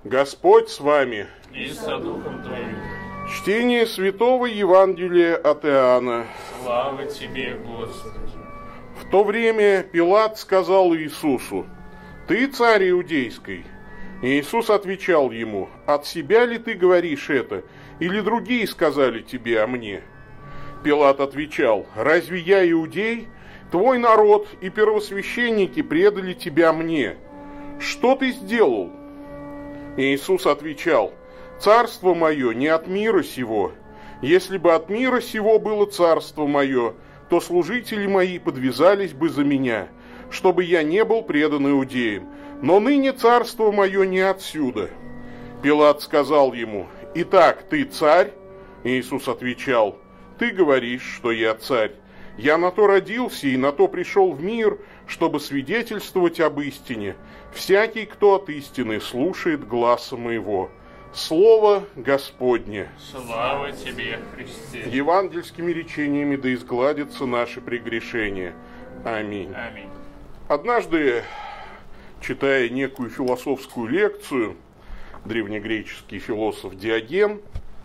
Господь с вами. И со духом твоим. Чтение Святого Евангелия от Иоанна. Слава тебе, Господи. В то время Пилат сказал Иисусу: «Ты царь иудейский?» И Иисус отвечал ему: «От себя ли ты говоришь это, или другие сказали тебе о мне?» Пилат отвечал: «Разве я иудей? Твой народ и первосвященники предали тебя мне. Что ты сделал?» И Иисус отвечал: «Царство мое не от мира сего. Если бы от мира сего было царство мое, то служители мои подвязались бы за меня, чтобы я не был предан иудеям. Но ныне царство мое не отсюда». Пилат сказал ему: «Итак, ты царь?» Иисус отвечал: «Ты говоришь, что я царь. Я на то родился и на то пришел в мир, чтобы свидетельствовать об истине. Всякий, кто от истины слушает гласа моего». Слово Господне. Слава тебе, Христе. Евангельскими речениями да изгладятся наши прегрешения. Аминь. Аминь. Однажды, читая некую философскую лекцию, древнегреческий философ Диоген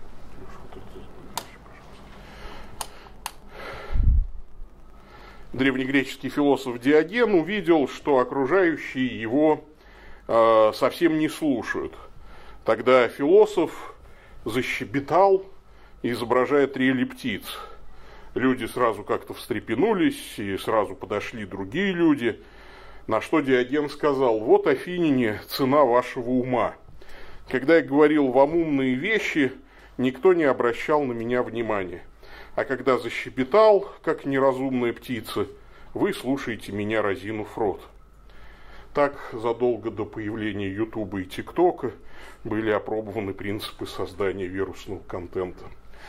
увидел, что окружающие его совсем не слушают. Тогда философ защебетал, изображая трели птиц. Люди сразу как-то встрепенулись, и сразу подошли другие люди, на что Диоген сказал: «Вот, афиняне, цена вашего ума. Когда я говорил вам умные вещи, никто не обращал на меня внимания. А когда защебетал, как неразумная птица, вы слушаете меня, разинув рот». Так, задолго до появления Ютуба и ТикТока были опробованы принципы создания вирусного контента.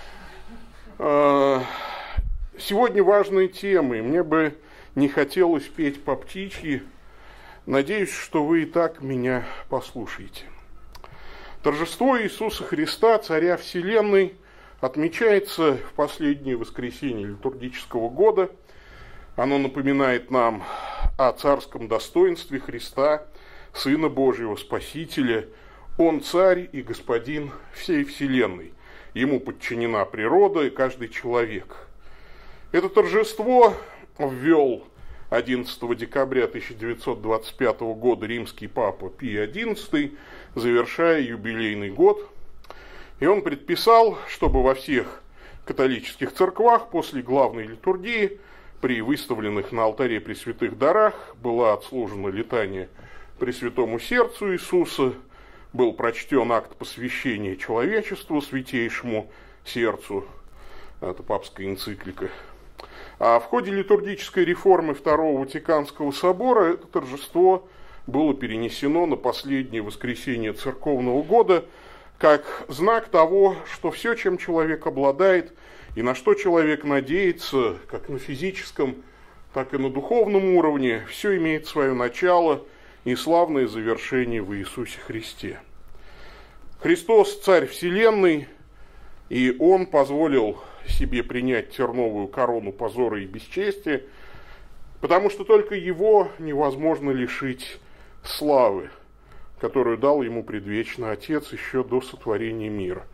Сегодня важные темы. Мне бы не хотелось петь по птичьи. Надеюсь, что вы и так меня послушаете. Торжество Иисуса Христа, Царя Вселенной, отмечается в последнее воскресенье литургического года. Оно напоминает нам о царском достоинстве Христа, Сына Божьего, Спасителя. Он царь и господин всей вселенной. Ему подчинена природа и каждый человек. Это торжество ввел 11 декабря 1925 года римский папа Пий XI, завершая юбилейный год. И он предписал, чтобы во всех католических церквах после главной литургии при выставленных на алтаре пресвятых дарах была отслужена летания Пресвятому Сердцу Иисуса, был прочтен акт посвящения человечеству Святейшему Сердцу, это папская энциклика. А в ходе литургической реформы Второго Ватиканского собора это торжество было перенесено на последнее воскресенье церковного года, как знак того, что все, чем человек обладает, и на что человек надеется, как на физическом, так и на духовном уровне, все имеет свое начало и славное завершение в Иисусе Христе. Христос – Царь Вселенной, и Он позволил себе принять терновую корону позора и бесчестия, потому что только Его невозможно лишить славы, которую дал Ему предвечный Отец еще до сотворения мира.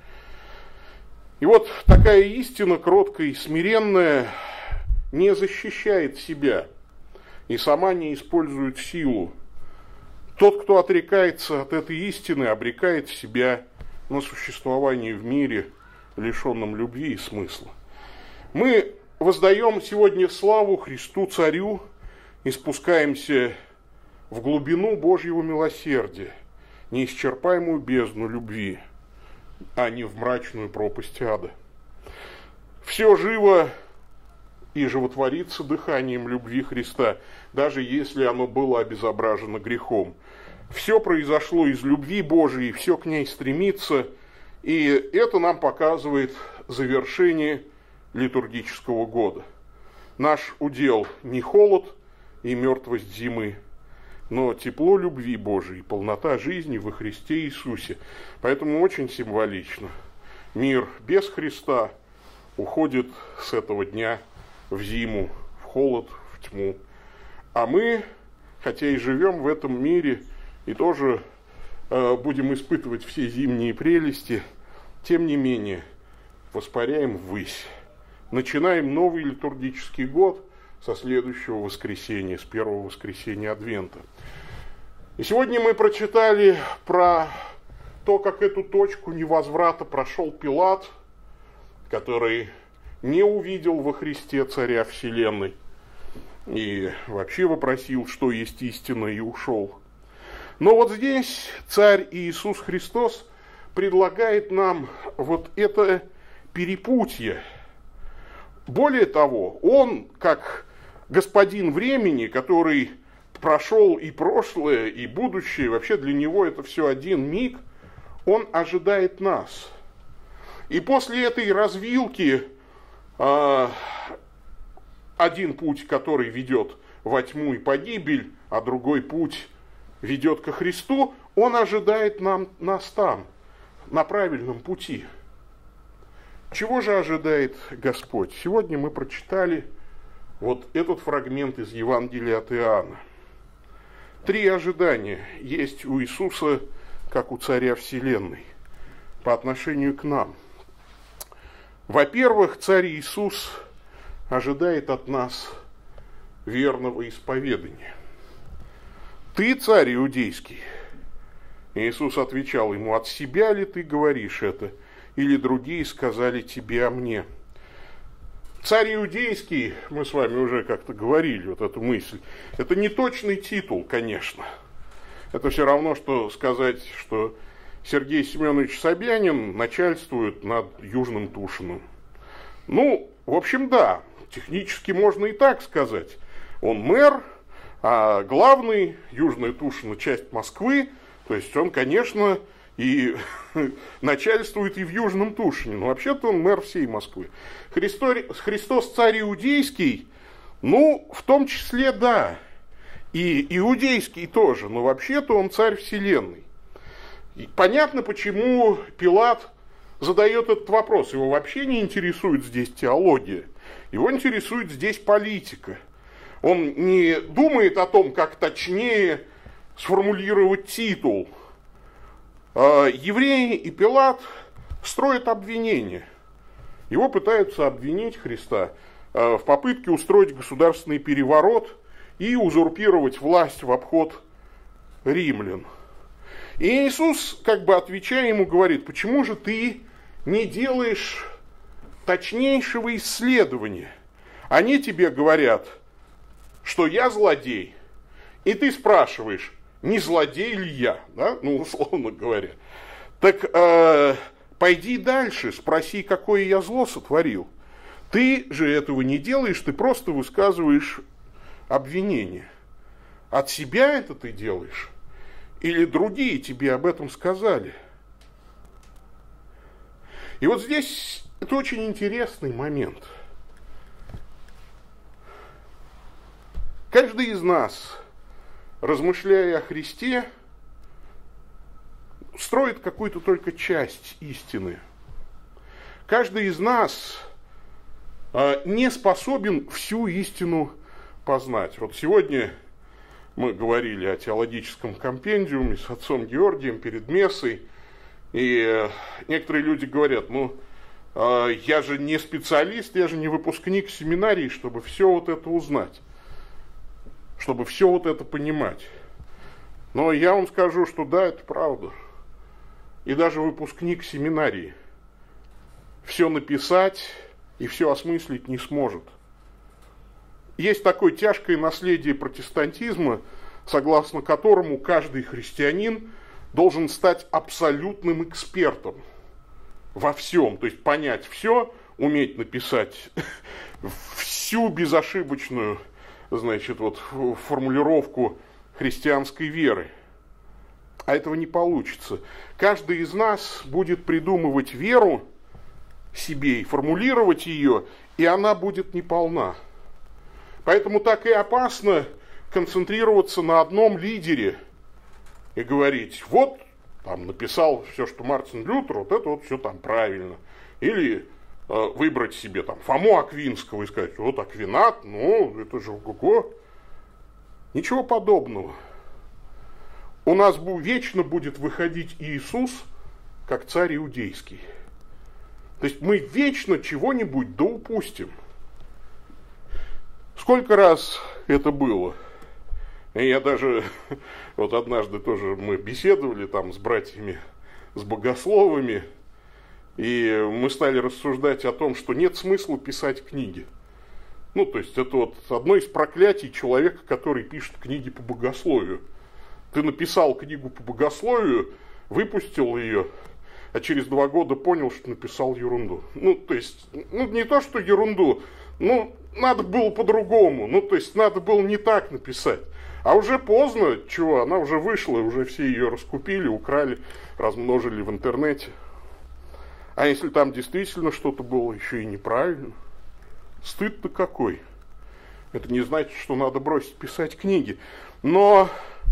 И вот такая истина, кроткая и смиренная, не защищает себя и сама не использует силу. Тот, кто отрекается от этой истины, обрекает себя на существование в мире, лишенном любви и смысла. Мы воздаем сегодня славу Христу Царю и спускаемся в глубину Божьего милосердия, неисчерпаемую бездну любви, а не в мрачную пропасть ада. Все живо и животворится дыханием любви Христа, даже если оно было обезображено грехом. Все произошло из любви Божией, все к ней стремится, и это нам показывает завершение литургического года. Наш удел не холод и мертвость зимы, но тепло любви Божией, полнота жизни во Христе Иисусе. Поэтому очень символично. Мир без Христа уходит с этого дня в зиму, в холод, в тьму. А мы, хотя и живем в этом мире, и тоже будем испытывать все зимние прелести, тем не менее воспаряем ввысь. Начинаем новый литургический год со следующего воскресенья, с первого воскресенья Адвента. И сегодня мы прочитали про то, как эту точку невозврата прошел Пилат, который не увидел во Христе царя вселенной и вообще вопросил, что есть истина, и ушел. Но вот здесь царь Иисус Христос предлагает нам вот это перепутье. Более того, он, как господин времени, который прошел и прошлое, и будущее, вообще для него это все один миг, он ожидает нас. И после этой развилки один путь, который ведет во тьму и погибель, а другой путь ведет ко Христу, он ожидает нас там, на правильном пути. Чего же ожидает Господь? Сегодня мы прочитали вот этот фрагмент из Евангелия от Иоанна. 3 ожидания есть у Иисуса, как у царя вселенной, по отношению к нам. Во-первых, царь Иисус ожидает от нас верного исповедания. Ты царь иудейский? Иисус отвечал ему: от себя ли ты говоришь это, или другие сказали тебе о мне? Царь иудейский, мы с вами уже как-то говорили вот эту мысль, это не точный титул, конечно. Это все равно, что сказать, что Сергей Семенович Собянин начальствует над Южным Тушиным. Ну, в общем, да, технически можно и так сказать. Он мэр, а главный, Южная Тушина, часть Москвы, то есть он, конечно, и начальствует и в Южном Тушине, но вообще-то он мэр всей Москвы. Христос царь иудейский, ну, в том числе, да, и иудейский тоже, но вообще-то он царь вселенной. И понятно, почему Пилат задает этот вопрос. Его вообще не интересует здесь теология, его интересует здесь политика. Он не думает о том, как точнее сформулировать титул. Евреи и Пилат строят обвинение. Его пытаются обвинить, Христа, в попытке устроить государственный переворот и узурпировать власть в обход римлян. И Иисус, как бы отвечая ему, говорит: почему же ты не делаешь точнейшего исследования? Они тебе говорят, что я злодей, и ты спрашиваешь, не злодей ли я, да? Ну, условно говоря. Так пойди дальше, спроси, какое я зло сотворил. Ты же этого не делаешь, ты просто высказываешь обвинение. От себя это ты делаешь? Или другие тебе об этом сказали? И вот здесь это очень интересный момент. Каждый из нас, размышляя о Христе, строит какую-то только часть истины. Каждый из нас не способен всю истину познать. Вот сегодня мы говорили о теологическом компендиуме с отцом Георгием перед мессой, и некоторые люди говорят: ну, я же не специалист, я же не выпускник семинарии, чтобы все вот это узнать, чтобы все вот это понимать. Но я вам скажу, что да, это правда. И даже выпускник семинарии все написать и все осмыслить не сможет. Есть такое тяжкое наследие протестантизма, согласно которому каждый христианин должен стать абсолютным экспертом во всем. То есть понять все, уметь написать всю безошибочную, значит, вот, формулировку христианской веры. А этого не получится. Каждый из нас будет придумывать веру себе и формулировать ее, и она будет неполна. Поэтому так и опасно концентрироваться на одном лидере и говорить: вот, там написал все, что Мартин Лютер, вот это вот все там правильно. Или выбрать себе там Фому Аквинского и сказать: вот Аквинат, ну, это же ого-го. Ничего подобного. у нас вечно будет выходить Иисус как царь иудейский. То есть мы вечно чего-нибудь да упустим. Сколько раз это было? И я даже, вот однажды тоже мы беседовали там с братьями, с богословами, и мы стали рассуждать о том, что нет смысла писать книги. Ну, то есть это вот одно из проклятий человека, который пишет книги по богословию. Ты написал книгу по богословию, выпустил ее, а через 2 года понял, что написал ерунду. Ну, то есть, не то, что ерунду, надо было по-другому. Ну, то есть, надо было не так написать. А уже поздно, чего, она уже вышла, уже все ее раскупили, украли, размножили в интернете. А если там действительно что-то было еще и неправильно, стыд-то какой. Это не значит, что надо бросить писать книги. Но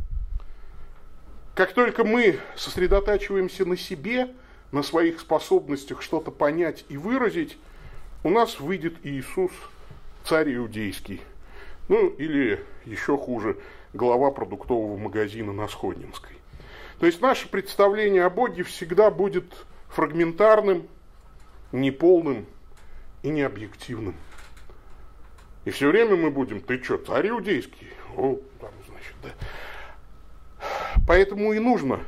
как только мы сосредотачиваемся на себе, на своих способностях что-то понять и выразить, у нас выйдет Иисус, царь иудейский. Ну, или еще хуже, глава продуктового магазина на Сходнинской. То есть наше представление о Боге всегда будет фрагментарным, неполным и необъективным. И все время мы будем: ты что, царь иудейский? О, там, значит, да. Поэтому и нужно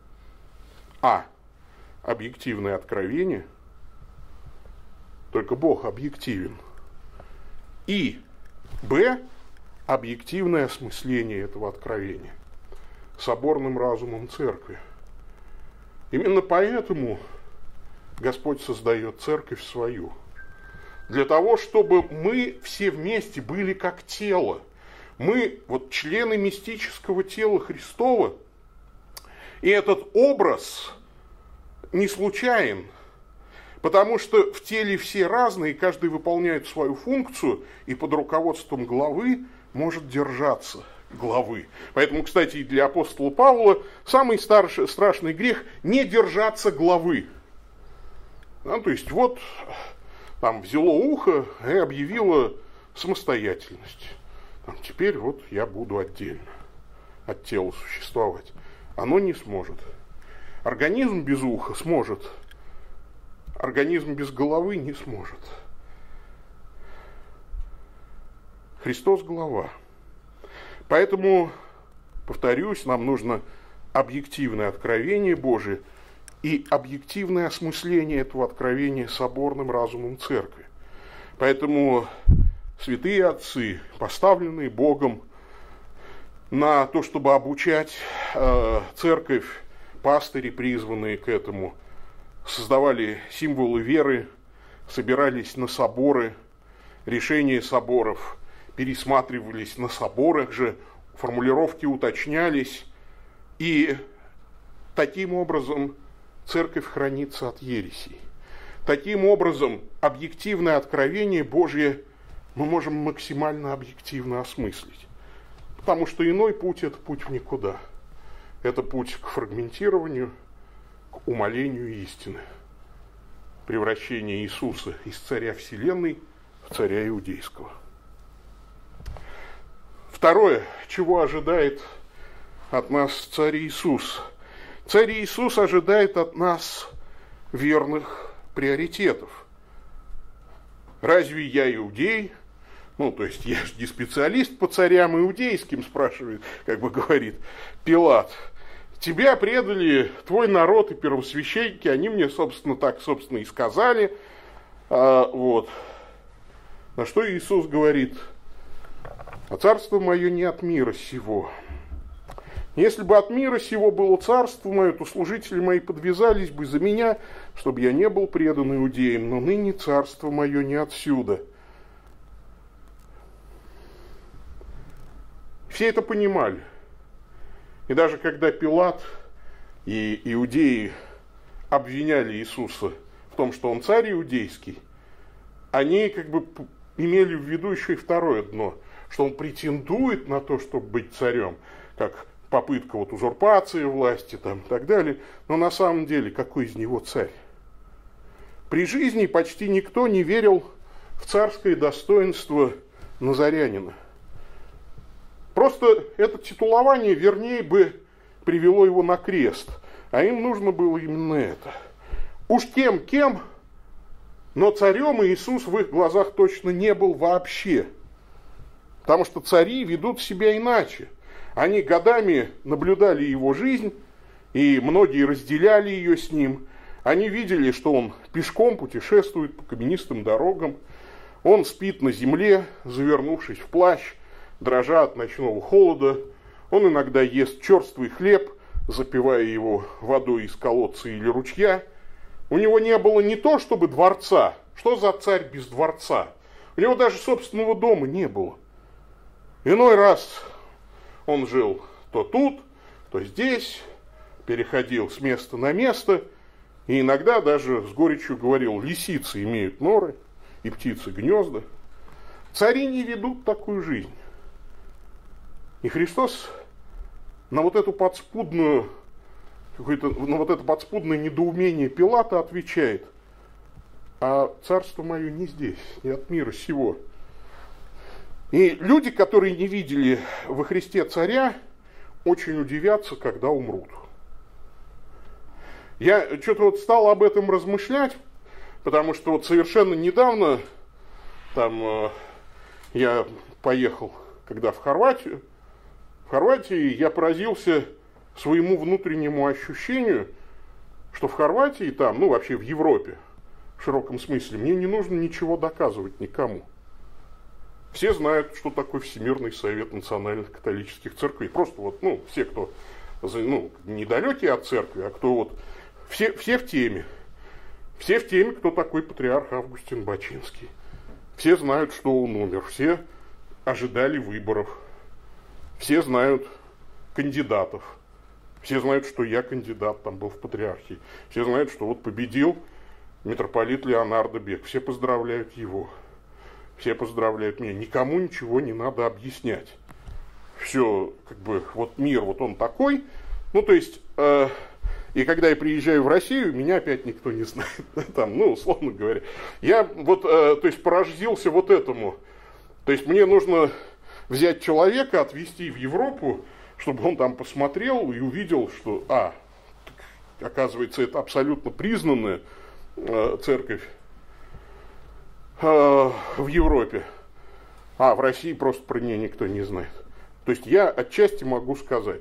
объективное откровение, только Бог объективен, и объективное осмысление этого откровения соборным разумом церкви. Именно поэтому Господь создает церковь свою. Для того, чтобы мы все вместе были как тело. Мы вот члены мистического тела Христова. И этот образ не случайен. Потому что в теле все разные, каждый выполняет свою функцию, и под руководством главы может держаться главы. Поэтому, кстати, и для апостола Павла самый страшный грех – не держаться главы. То есть вот там взяло ухо и объявило самостоятельность. Теперь вот я буду отдельно от тела существовать. Оно не сможет. Организм без уха сможет. Организм без головы не сможет. Христос голова. Поэтому, повторюсь, нам нужно объективное откровение Божие и объективное осмысление этого откровения соборным разумом церкви. Поэтому святые отцы, поставленные Богом на то, чтобы обучать церковь, пастыри, призванные к этому, создавали символы веры, собирались на соборы, решения соборов пересматривались на соборах же, формулировки уточнялись, и таким образом церковь хранится от ересей. Таким образом, объективное откровение Божье мы можем максимально объективно осмыслить. Потому что иной путь – это путь в никуда. Это путь к фрагментированию, к умалению истины. Превращение Иисуса из царя вселенной в царя иудейского. Второе, чего ожидает от нас царь Иисус. Царь Иисус ожидает от нас верных приоритетов. Разве я иудей? То есть я же не специалист по царям иудейским, спрашивает, говорит Пилат. Тебя предали твой народ и первосвященники, они мне, собственно, и сказали. На что Иисус говорит: а царство мое не от мира сего. Если бы от мира сего было царство мое, то служители мои подвязались бы за меня, чтобы я не был предан иудеям, но ныне царство мое не отсюда. Все это понимали. И даже когда Пилат и иудеи обвиняли Иисуса в том, что он царь иудейский, они имели в виду еще и второе дно, что он претендует на то, чтобы быть царем, как попытка узурпации власти и так далее. Но на самом деле, какой из него царь? При жизни почти никто не верил в царское достоинство назарянина. Просто это титулование вернее бы, привело его на крест. А им нужно было именно это. Уж кем, но царем Иисус в их глазах точно не был вообще. Потому что цари ведут себя иначе. Они годами наблюдали его жизнь, и многие разделяли ее с ним. Они видели, что он пешком путешествует по каменистым дорогам. Он спит на земле, завернувшись в плащ, дрожа от ночного холода. Он иногда ест черствый хлеб, запивая его водой из колодца или ручья. У него не было не то чтобы дворца. Что за царь без дворца? У него даже собственного дома не было. Иной раз он жил то тут, то здесь, переходил с места на место, и иногда даже с горечью говорил: лисицы имеют норы, и птицы гнезда. Цари не ведут такую жизнь. И Христос на вот это подспудное недоумение Пилата отвечает: а царство мое не здесь, не от мира сего. И люди, которые не видели во Христе царя, очень удивятся, когда умрут. Я что-то вот стал об этом размышлять, потому что вот совершенно недавно я поехал, когда в Хорватию. В Хорватии я поразился своему внутреннему ощущению, что в Хорватии, вообще в Европе, в широком смысле, мне не нужно ничего доказывать никому. Все знают, что такое Всемирный Совет Национальных Католических Церквей. Просто все, кто недалекие от церкви, а кто все в теме. Все в теме, кто такой патриарх Августин Бачинский. Все знают, что он умер. Все ожидали выборов. Все знают кандидатов. Все знают, что я кандидат был в патриархии. Все знают, что победил митрополит Леонардо Бек. Все поздравляют его. Все поздравляют меня. Никому ничего не надо объяснять. Все, мир, он такой. И когда я приезжаю в Россию, меня опять никто не знает. Условно говоря. Я поразился этому. То есть мне нужно взять человека, отвезти в Европу, чтобы он там посмотрел и увидел, что, оказывается, это абсолютно признанная церковь в Европе, а в России просто про нее никто не знает. То есть я отчасти могу сказать,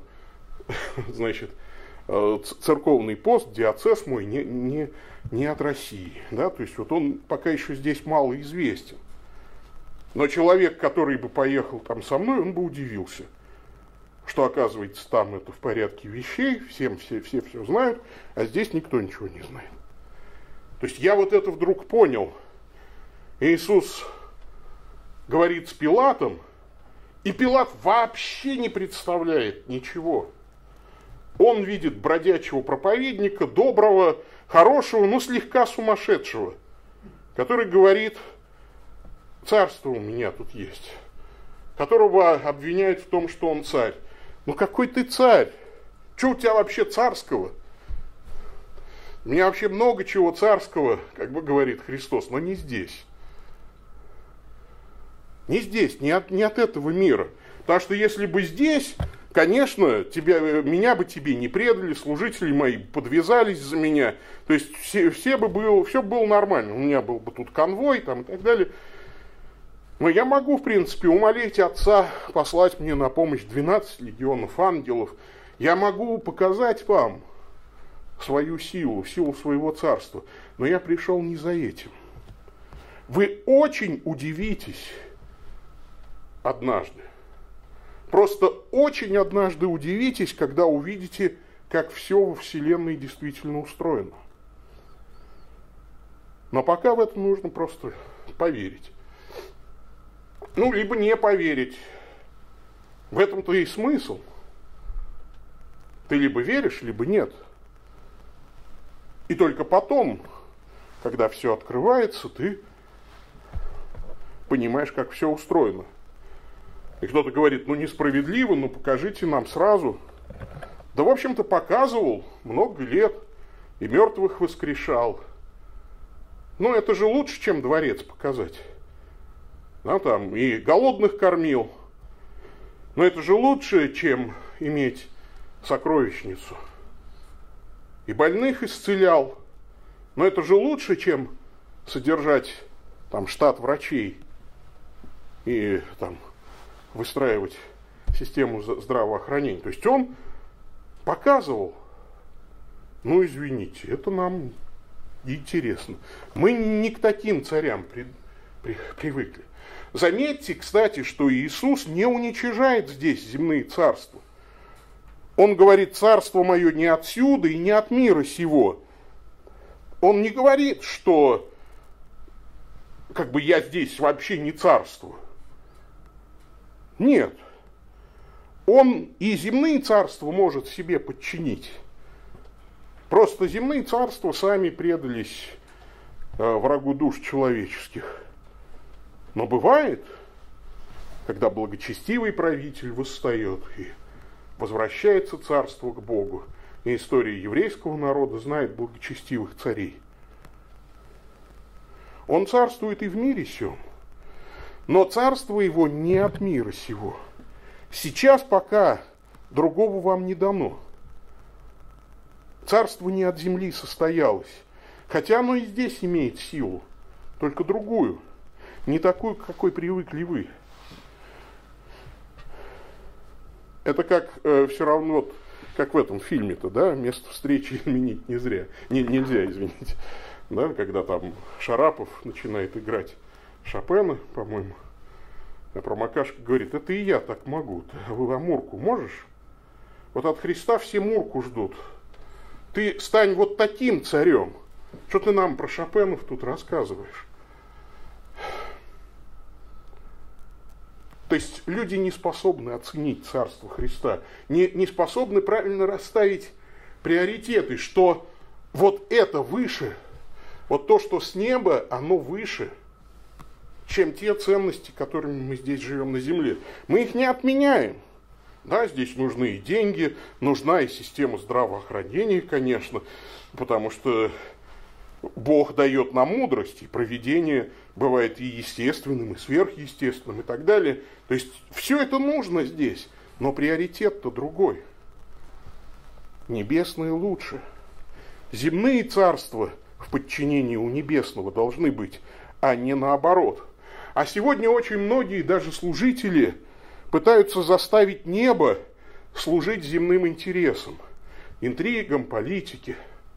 церковный пост, диацез мой не от России, то есть он пока еще здесь мало известен. Но человек, который бы поехал со мной, он бы удивился, что, оказывается, там это в порядке вещей, все знают, а здесь никто ничего не знает. То есть я это вдруг понял. Иисус говорит с Пилатом, и Пилат вообще не представляет ничего. Он видит бродячего проповедника, доброго, хорошего, но слегка сумасшедшего, который говорит: царство у меня тут есть, которого обвиняют в том, что он царь. Какой ты царь? Что у тебя вообще царского? У меня вообще много чего царского, говорит Христос, но не здесь. Не здесь, не от этого мира. Потому что если бы здесь, конечно, меня бы тебе не предали, служители мои подвязались за меня. То есть все было нормально. У меня был бы тут конвой и так далее. Но я могу, в принципе, умолить Отца послать мне на помощь 12 легионов ангелов. Я могу показать вам свою силу своего царства. Но я пришел не за этим. Вы очень удивитесь однажды. Просто очень однажды удивитесь, когда увидите, как все во Вселенной действительно устроено. Но пока в это нужно просто поверить. Либо не поверить. В этом-то и смысл. Ты либо веришь, либо нет. И только потом, когда все открывается, ты понимаешь, как все устроено. И кто-то говорит: несправедливо, покажите нам сразу. Да, в общем-то, показывал много лет. И мертвых воскрешал. Это же лучше, чем дворец показать. И голодных кормил. Но это же лучше, чем иметь сокровищницу. И больных исцелял. Но это же лучше, чем содержать там штат врачей и там выстраивать систему здравоохранения. То есть он показывал, ну извините, это нам интересно. Мы не к таким царям привыкли. Заметьте, кстати, что Иисус не уничижает здесь земные царства. Он говорит: царство мое не отсюда и не от мира сего. Он не говорит, что как бы я здесь вообще не царствую. Нет. Он и земные царства может себе подчинить. Просто земные царства сами предались врагу душ человеческих. Но бывает, когда благочестивый правитель восстает и возвращается царство к Богу. И история еврейского народа знает благочестивых царей. Он царствует и в мире сём, но царство его не от мира сего. Сейчас пока другого вам не дано. Царство не от земли состоялось, хотя оно и здесь имеет силу, только другую, не такую, к какой привыкли вы. Это как все равно, вот, как в этом фильме-то, да, место встречи изменить не зря. Нельзя, извините. Да, когда там Шарапов начинает играть Шопена, по-моему, а Промокашка говорит: это и я так могу. А вы Мурку можешь? Вот от Христа все Мурку ждут. Ты стань вот таким царем. Что ты нам про Шопенов тут рассказываешь? То есть люди не способны оценить Царство Христа, не способны правильно расставить приоритеты, что вот это выше, вот то, что с неба, оно выше, чем те ценности, которыми мы здесь живем на земле. Мы их не отменяем. Да, здесь нужны и деньги, нужна и система здравоохранения, конечно, потому что Бог дает нам мудрость, и провидение бывает и естественным, и сверхъестественным, и так далее. То есть все это нужно здесь, но приоритет-то другой. Небесное лучше. Земные царства в подчинении у небесного должны быть, а не наоборот. А сегодня очень многие, даже служители, пытаются заставить небо служить земным интересам, интригам, политике.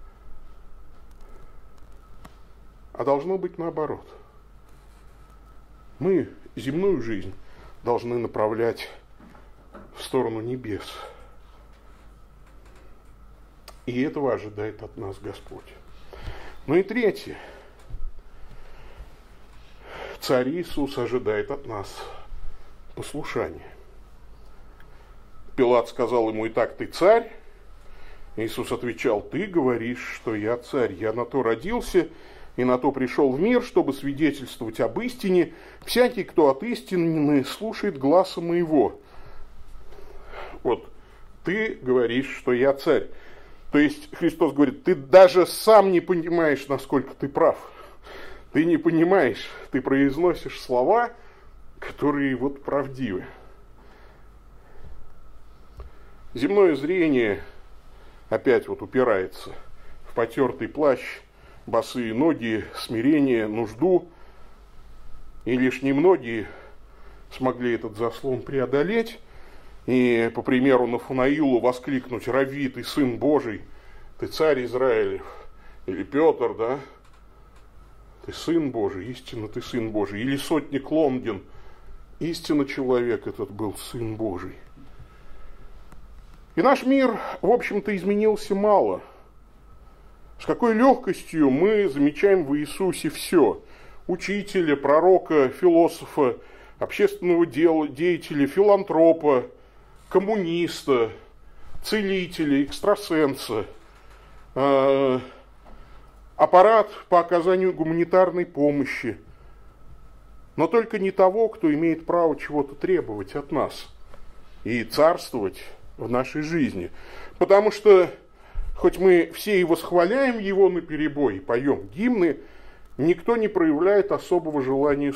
А должно быть наоборот. Мы земную жизнь должны направлять в сторону небес. И этого ожидает от нас Господь. Ну и третье. Царь Иисус ожидает от нас послушания. Пилат сказал ему: итак, ты царь? Иисус отвечал: ты говоришь, что я царь. Я на то родился и на то пришел в мир, чтобы свидетельствовать об истине. Всякий, кто от истины слушает гласа моего. Вот, ты говоришь, что я царь. То есть Христос говорит: ты даже сам не понимаешь, насколько ты прав. Ты не понимаешь, ты произносишь слова, которые вот правдивы. Земное зрение опять вот упирается в потертый плащ, босые ноги, смирение, нужду. И лишь немногие смогли этот заслон преодолеть и, по примеру Нафанаилу, воскликнуть: «Рави, ты Сын Божий, ты Царь Израилев». Или Петр, да? Ты Сын Божий, истинно ты Сын Божий. Или сотник Лонгин: истинно человек этот был Сын Божий. И наш мир, в общем-то, изменился мало. С какой легкостью мы замечаем в Иисусе все. Учителя, пророка, философа, общественного деятеля, филантропа, коммуниста, целителя, экстрасенса, аппарат по оказанию гуманитарной помощи. Но только не того, кто имеет право чего-то требовать от нас и царствовать в нашей жизни. Потому что, хоть мы все и восхваляем его наперебой, поем гимны, никто не проявляет особого желания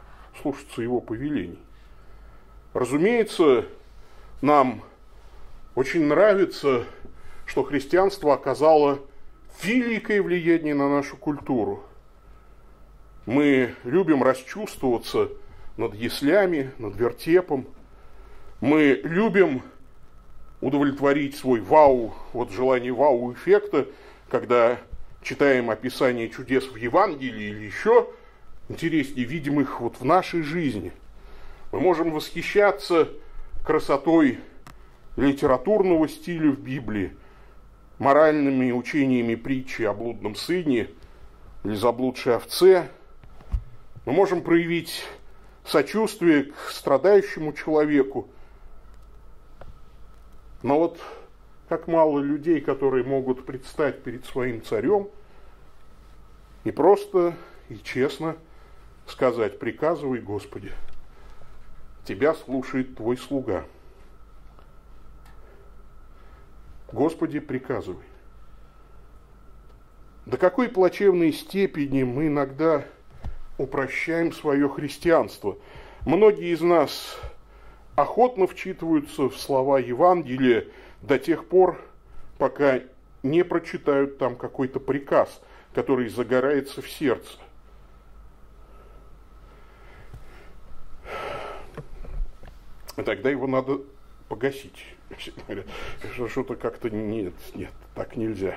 слушаться его повелений. Разумеется, нам очень нравится, что христианство оказало великое влияние на нашу культуру. Мы любим расчувствоваться над яслями, над вертепом. Мы любим удовлетворить свой желание вау-эффекта, когда читаем описание чудес в Евангелии или еще интереснее, видим их в нашей жизни. Мы можем восхищаться красотой литературного стиля в Библии, моральными учениями притчи о блудном сыне или заблудшей овце. Мы можем проявить сочувствие к страдающему человеку. Но как мало людей, которые могут предстать перед своим царем и просто и честно сказать: приказывай, Господи, тебя слушает твой слуга. Господи, приказывай. До какой плачевной степени мы иногда упрощаем свое христианство. Многие из нас охотно вчитываются в слова Евангелия до тех пор, пока не прочитают там какой-то приказ, который загорается в сердце. И тогда его надо погасить. Что-то как-то нет, так нельзя.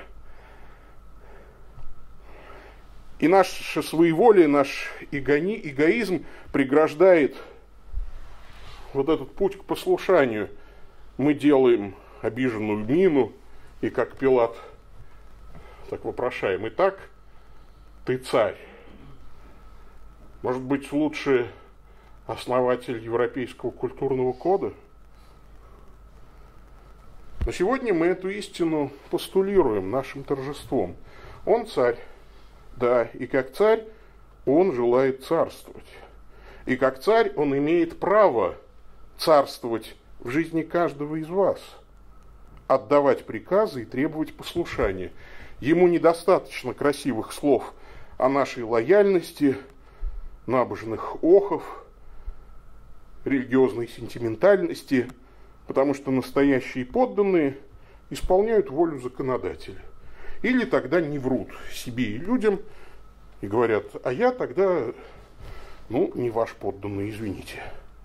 И наше своеволие, наш эгоизм преграждает этот путь к послушанию. Мы делаем обиженную мину, и как Пилат так вопрошаем: итак, ты царь. Может быть, лучше основатель Европейского культурного кода? Но сегодня мы эту истину постулируем нашим торжеством. Он царь. Да, и как царь он желает царствовать. И как царь он имеет право царствовать в жизни каждого из вас, отдавать приказы и требовать послушания. Ему недостаточно красивых слов о нашей лояльности, набожных охов, религиозной сентиментальности, потому что настоящие подданные исполняют волю законодателя. Или тогда не врут себе и людям и говорят: а я тогда, не ваш подданный, извините.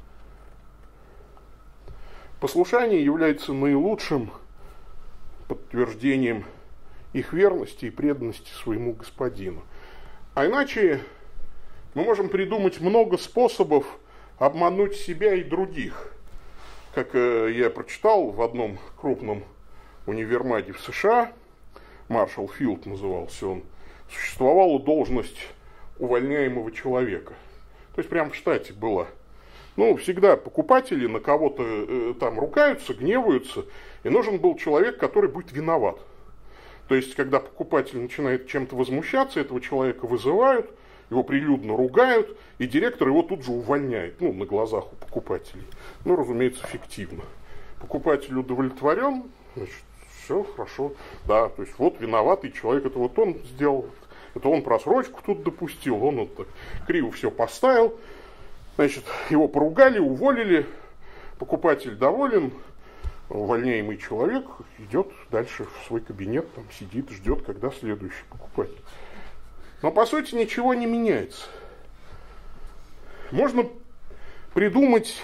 Послушание является наилучшим подтверждением их верности и преданности своему господину. А иначе мы можем придумать много способов обмануть себя и других. Как я прочитал в одном крупном универмаге в США, Маршалл Филд назывался он, существовала должность увольняемого человека. То есть прямо в штате была. Всегда покупатели на кого-то там ругаются, гневаются, и нужен был человек, который будет виноват. То есть, когда покупатель начинает чем-то возмущаться, этого человека вызывают, его прилюдно ругают, и директор его тут же увольняет, на глазах у покупателей. Разумеется, фиктивно. Покупатель удовлетворен, значит, все хорошо. Да, то есть виноватый человек, это он сделал, это он просрочку тут допустил, он так криво все поставил. Значит, его поругали, уволили, покупатель доволен, увольняемый человек идет дальше в свой кабинет, там сидит, ждет, когда следующий покупатель. Но по сути ничего не меняется. Можно придумать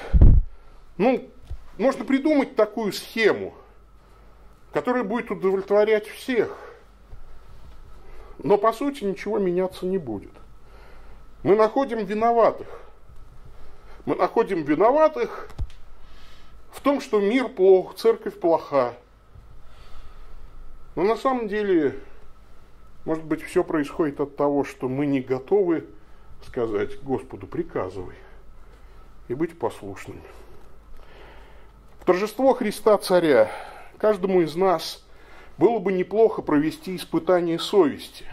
такую схему, которая будет удовлетворять всех. Но по сути ничего меняться не будет. Мы находим виноватых. Мы находим виноватых в том, что мир плох, церковь плоха. Но на самом деле, может быть, все происходит от того, что мы не готовы сказать: Господу, приказывай, и быть послушными. В торжество Христа Царя каждому из нас было бы неплохо провести испытание совести.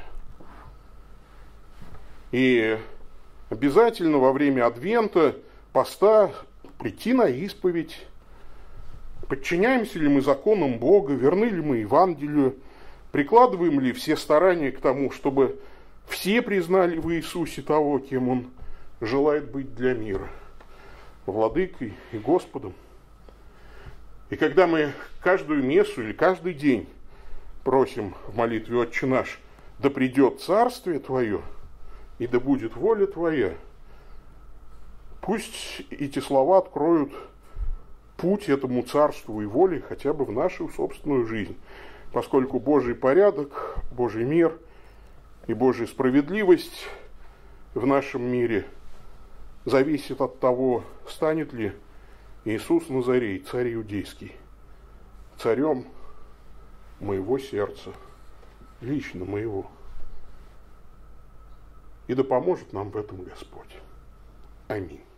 И обязательно во время Адвента, поста, прийти на исповедь. Подчиняемся ли мы законам Бога, верны ли мы Евангелию, прикладываем ли все старания к тому, чтобы все признали в Иисусе того, кем Он желает быть для мира, Владыкой и Господом. И когда мы каждую мессу или каждый день просим в молитве «Отче наш», да придет Царствие Твое, и да будет воля Твоя, пусть эти слова откроют путь этому царству и воле хотя бы в нашу собственную жизнь, поскольку Божий порядок, Божий мир и Божья справедливость в нашем мире зависит от того, станет ли Иисус Назарей, царь иудейский, царем моего сердца, лично моего. И да поможет нам в этом Господь. Аминь.